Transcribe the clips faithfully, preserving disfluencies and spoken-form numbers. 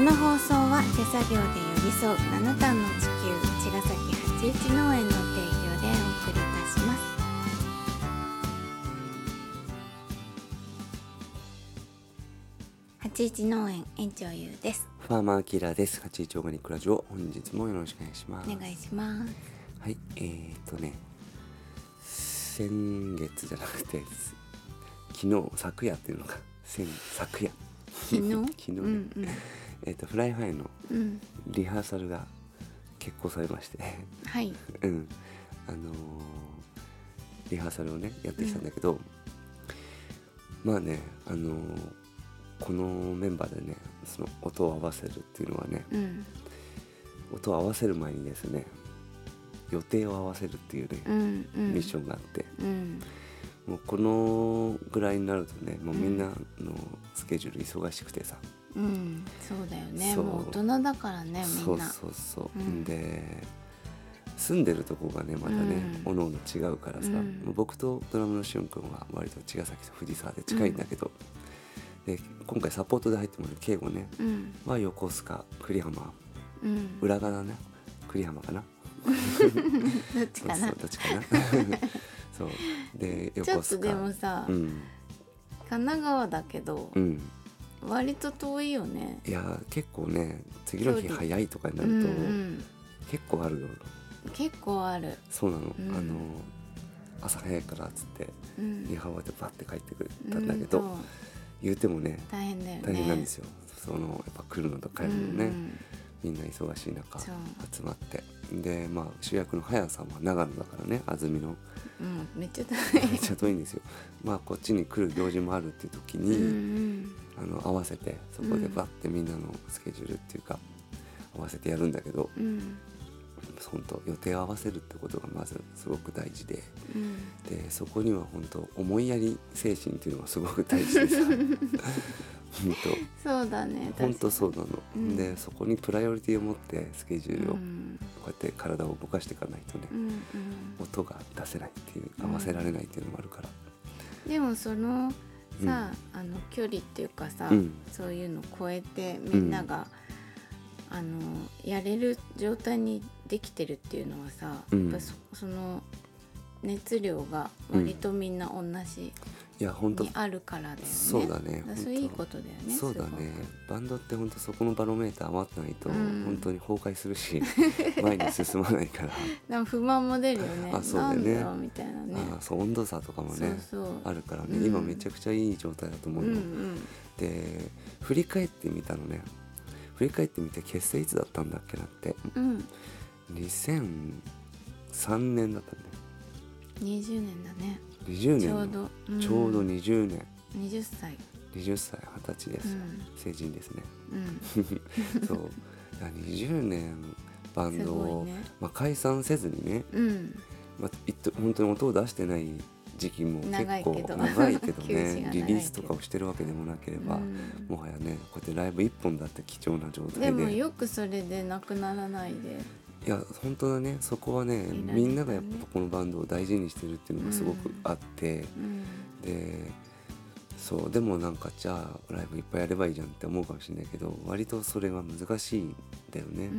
の放送は手作業で寄り添う七段の地球、茅ヶ崎八一農園の提供でお送りいたします。八一農園園長ゆうです。 ファーマーキラーです。八一オーガニックラジオ、本日もよろしくお願いします。 お願いします。 はい、えーとね先月じゃなくて昨日昨夜っていうのか先昨夜昨日昨日ね、うんうん、えーとフライハイのリハーサルが決行されまして、 うん、はいうんあのー、リハーサルをねやってきたんだけど、うん、まあねあのー、このメンバーでねその音を合わせるっていうのはね、うん、音を合わせる前にですね予定を合わせるっていうね、うんうん、ミッションがあって、うん、もうこのぐらいになるとねもうみんなのスケジュール忙しくてさ、 うん、そうだよね。もう大人だからねみんな。 そうそうそう、うん、で住んでるとこがねまたね、うん、おのおの違うからさ、うん、僕とドラムのしゅんくんは割と茅ヶ崎と藤沢で近いんだけど、うん、で今回サポートで入ってもらう敬吾ね、うん、は横須賀栗浜、うん、裏側ね栗浜かなどっちかなそうそうどっちかなそうで横須賀ちょっとでもさ、うん、神奈川だけど、うん、割と遠いよね。 いや結構ね次の日早いとかになると、うんうん、結構あるよ。 結構ある。 そうなの、うん、あの朝早いからっつってリハ終わってバッて帰ってくれたんだけど、うん、言うてもね大変だよね。 大変なんですよ。そのやっぱ来るのと帰るのね、うん、みんな忙しい中集まってでまあ主役の早さんは長野だからね安曇野、 うん、めっちゃ遠いめっちゃ遠いんですよ。まあこっちに来る行事もあるっていう時に、うんうん、あの合わせてそこでバッてみんなのスケジュールっていうか合わせてやるんだけど、うん、本当予定を合わせるってことがまずすごく大事で、うん、でそこには本当思いやり精神っていうのがすごく大事でさ本当そうだね本当そうなの、うん、でそこにプライオリティを持ってスケジュールをこうやって体を動かしていかないとね、うんうん、音が出せないっていう合わせられないっていうのもあるから、 うん、でもそのさ、うん、あの距離っていうかさ、うん、そういうのを超えてみんなが、うん、あのやれる状態にできてるっていうのはさ、うん、やっぱ そ, その熱量が割とみんな同じ、いや本当にあるからだよね。 そうだね。 だそれいいことだよね。 そうだね。バンドって本当そこのバロメーター余ってないと本当に崩壊するし、うん、前に進まないから。 でも不満も出るよね。 あ、そうだよね。 なんだみたいなね。 あ、そう温度差とかもねそうそうあるからね、うん。今めちゃくちゃいい状態だと思うの。うんうん、で振り返ってみたのね。振り返ってみて結成いつだったんだっけなって。うん、にせんさんねんだったんだよ。 にじゅうねんだね。 にじゅうねんちょうど、 うん、ちょうどにじゅうねんにじゅっさいはたちです、うん、成人ですね、うん、そうにじゅうねんバンドを、ねまあ、解散せずにね、うんまあ、本当に音を出してない時期も結構長いけどねリリースとかをしてるわけでもなければ、うん、もはやねこうやってライブいっぽんだって貴重な状態ででもよくそれでなくならないでいや本当だねそこはねみんながやっぱこのバンドを大事にしてるっていうのがすごくあって、うん、でそうでもなんかじゃあライブいっぱいやればいいじゃんって思うかもしれないけど割とそれは難しいんだよね、うん、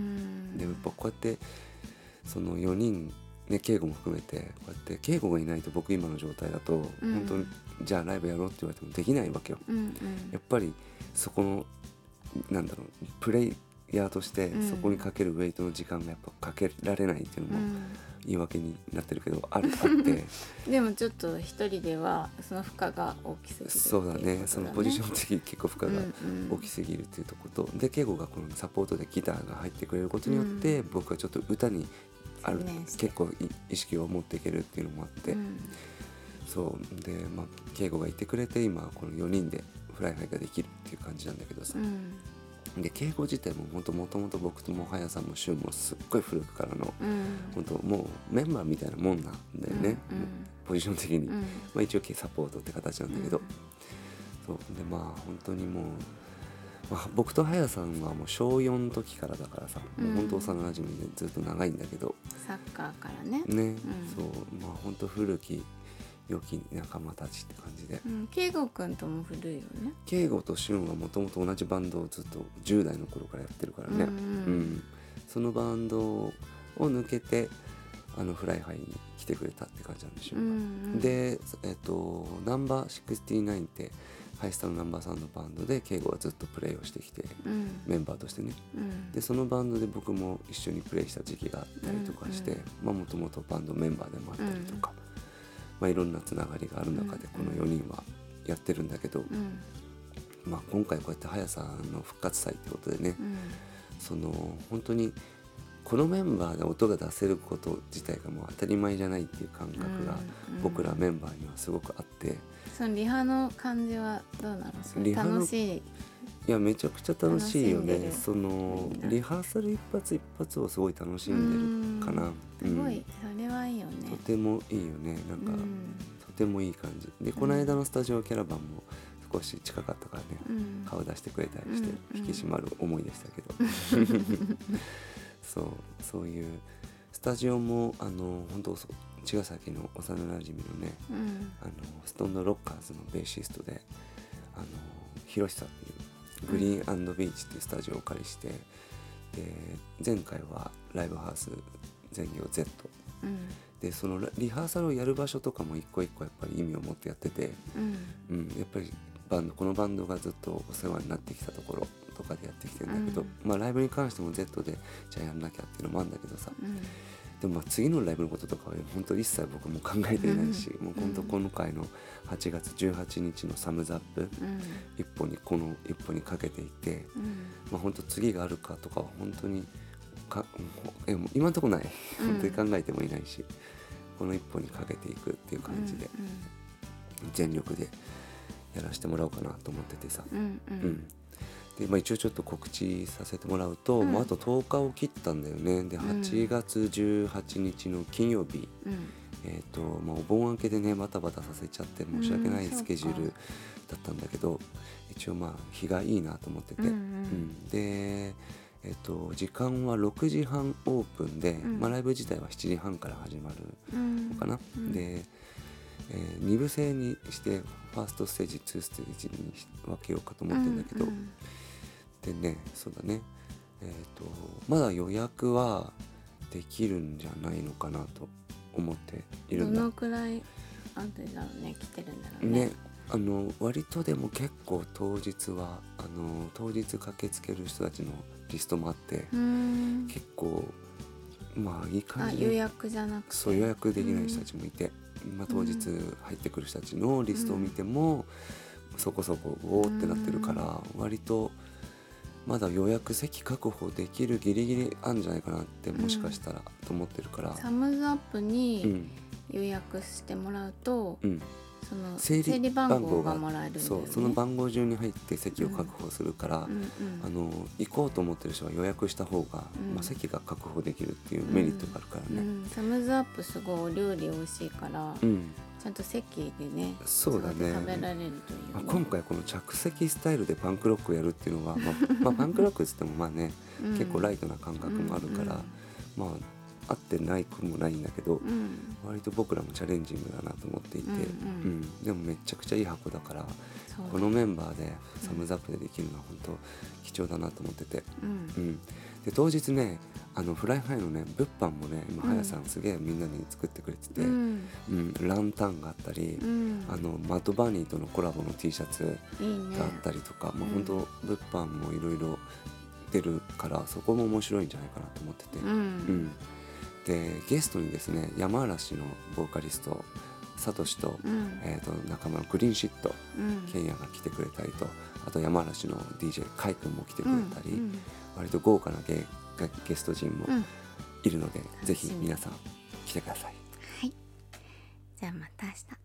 でもやっぱこうやってそのよにんね敬吾も含めてこうやって敬吾がいないと僕今の状態だと、うん、本当にじゃあライブやろうって言われてもできないわけよ、うんうん、やっぱりそこのなんだろうプレイヤーとしてそこにかけるウェイトの時間がやっぱかけられないっていうのも言い訳になってるけど、うん、あるあってでもちょっと一人ではその負荷が大きすぎるそうだねそのポジション的に結構負荷が大きすぎるっていうところと、うんうん、で敬吾がこのサポートでギターが入ってくれることによって、うん、僕はちょっと歌にある、ね、結構意識を持っていけるっていうのもあって、うん、そうでまあ敬吾がいてくれて今このよにんでフライハイができるっていう感じなんだけどさ、うんで敬吾自体ももともと僕ともはやさんもしゅんもすっごい古くからの、うん、本当もうメンバーみたいなもんなんだよね、うんうん、ポジション的に、うんまあ、一応サポートって形なんだけど、うん、そうでまあ本当にもう、まあ、僕とはやさんはもうしょうよんの時からだからさ、うん、もう本当幼馴染でずっと長いんだけどサッカーからねね、うん、そうまあ本当古き良き仲間たちって感じで、 うん、圭吾くんとも古いよね。 圭吾と俊はもともと同じバンドをずっとじゅう代の頃からやってるからね、うん、うん、そのバンドを抜けてあのフライハイに来てくれたって感じなんでしょう、うんうん、で、えっと、ナンバーろくじゅうきゅうってハイスタのナンバーさんのバンドで圭吾はずっとプレイをしてきて、うん、メンバーとしてね、うん、でそのバンドで僕も一緒にプレイした時期があったりとかしてもともとバンドメンバーでもあったりとか、うんまあ、いろんなつながりがある中でこのよにんはやってるんだけど、うんまあ、今回こうやってはやさんの復活祭ってことでね、うん、その本当にこのメンバーで音が出せること自体がもう当たり前じゃないっていう感覚が僕らメンバーにはすごくあって、うんうん、 そのリハの感じはどうなの？それ楽しい？ いやめちゃくちゃ楽しいよね。そのリハーサル一発一発をすごい楽しんでるかな。 すごい、それはいいよね。 とてもいいよね。なんか、うん、とてもいい感じで、この間のスタジオキャラバンも少し近かったからね、うん、顔出してくれたりして引き締まる思いでしたけど、うんうん、そうそういうスタジオもあの本当茅ヶ崎の幼なじみのね、うん、あのストーンドロッカーズのベーシストであのひろしさっていうグリーン&ビーチっていうスタジオをお借りして、で前回はライブハウス全業 Z、うん、でそのリハーサルをやる場所とかも一個一個やっぱり意味を持ってやってて、うんうん、やっぱりバンドこのバンドがずっとお世話になってきたところとかでやってきてるんだけど、うんまあ、ライブに関しても Z でじゃあやんなきゃっていうのもあるんだけどさ、うん、でもまあ次のライブのこととかは本当一切僕も考えていないし、うん、もう本当この回のはちがつじゅうはちにちのサムズアップ、うん、一歩にこの一歩にかけていて、うんまあ、本当次があるかとかは本当にかえ今のところない本当に考えてもいないし、うん、この一歩にかけていくっていう感じで、うんうん、全力でやらせてもらおうかなと思っててさ、うんうんうんでまあ、一応ちょっと告知させてもらうと、うんまあ、あととおかを切ったんだよね。ではちがつじゅうはちにちの金曜日、うんえーとまあ、お盆明けでねバタバタさせちゃって申し訳ないスケジュールだったんだけど、一応まあ日がいいなと思ってて、うんうんうん、で、えーと時間はろくじはんオープンで、うんまあ、ライブ自体はしちじはんから始まるのかな、うんうん、でえー、に部制にしてファーストステージにステージに分けようかと思ってるんだけど、うんうん、でねそうだねえっとまだ予約はできるんじゃないのかなと思っているんだ。 どのくらいあんただろうね来てるんだろうね。 ねあの割とでも結構当日はあの当日駆けつける人たちのリストもあって結構まあいい感じで予約じゃなくてそう予約できない人たちもいて。まあ、当日入ってくる人たちのリストを見ても、うん、そこそこおーってなってるから割とまだ予約席確保できるギリギリあるんじゃないかなってもしかしたらと思ってるから、うん、 サムズアップに予約してもらうと、うん、その整理番号がもらえるんだよね。 そうその番号順に入って席を確保するから、うんうんうん、あの行こうと思ってる人は予約した方が、うんまあ、席が確保できるっていうメリットがあるからね、うんうん、 サムズアップすごいお料理美味しいから、うん、ちゃんと席でねそうだね食べられるという、ねまあ、今回この着席スタイルでパンクロックをやるっていうのは、まあまあ、パンクロックっつってもまあね、うん、結構ライトな感覚もあるから、うんうん、まあ合ってないくもないんだけど、うん、割と僕らもチャレンジングだなと思っていて、うんうんうん、でもめちゃくちゃいい箱だからこのメンバーでサムズアップでできるのは本当貴重だなと思ってて、うんうん、で当日ねあのフライハイのね物販もね今はやさんすげえみんなに作ってくれてて、うんうん、ランタンがあったり、うん、あのマッドバニーとのコラボの T シャツがあったりとか、いいね、まあ、本当物販もいろいろ出るからそこも面白いんじゃないかなと思ってて、うんうんでゲストにですね山嵐のボーカリストサトシと、うんえー、と仲間のグリーンシット、うん、ケンヤが来てくれたりとあと山嵐の ディージェー カイ君も来てくれたり、うんうん、割と豪華な ゲ, ゲスト陣もいるので、うん、ぜひ皆さん来てください。 はい、じゃあまた明日。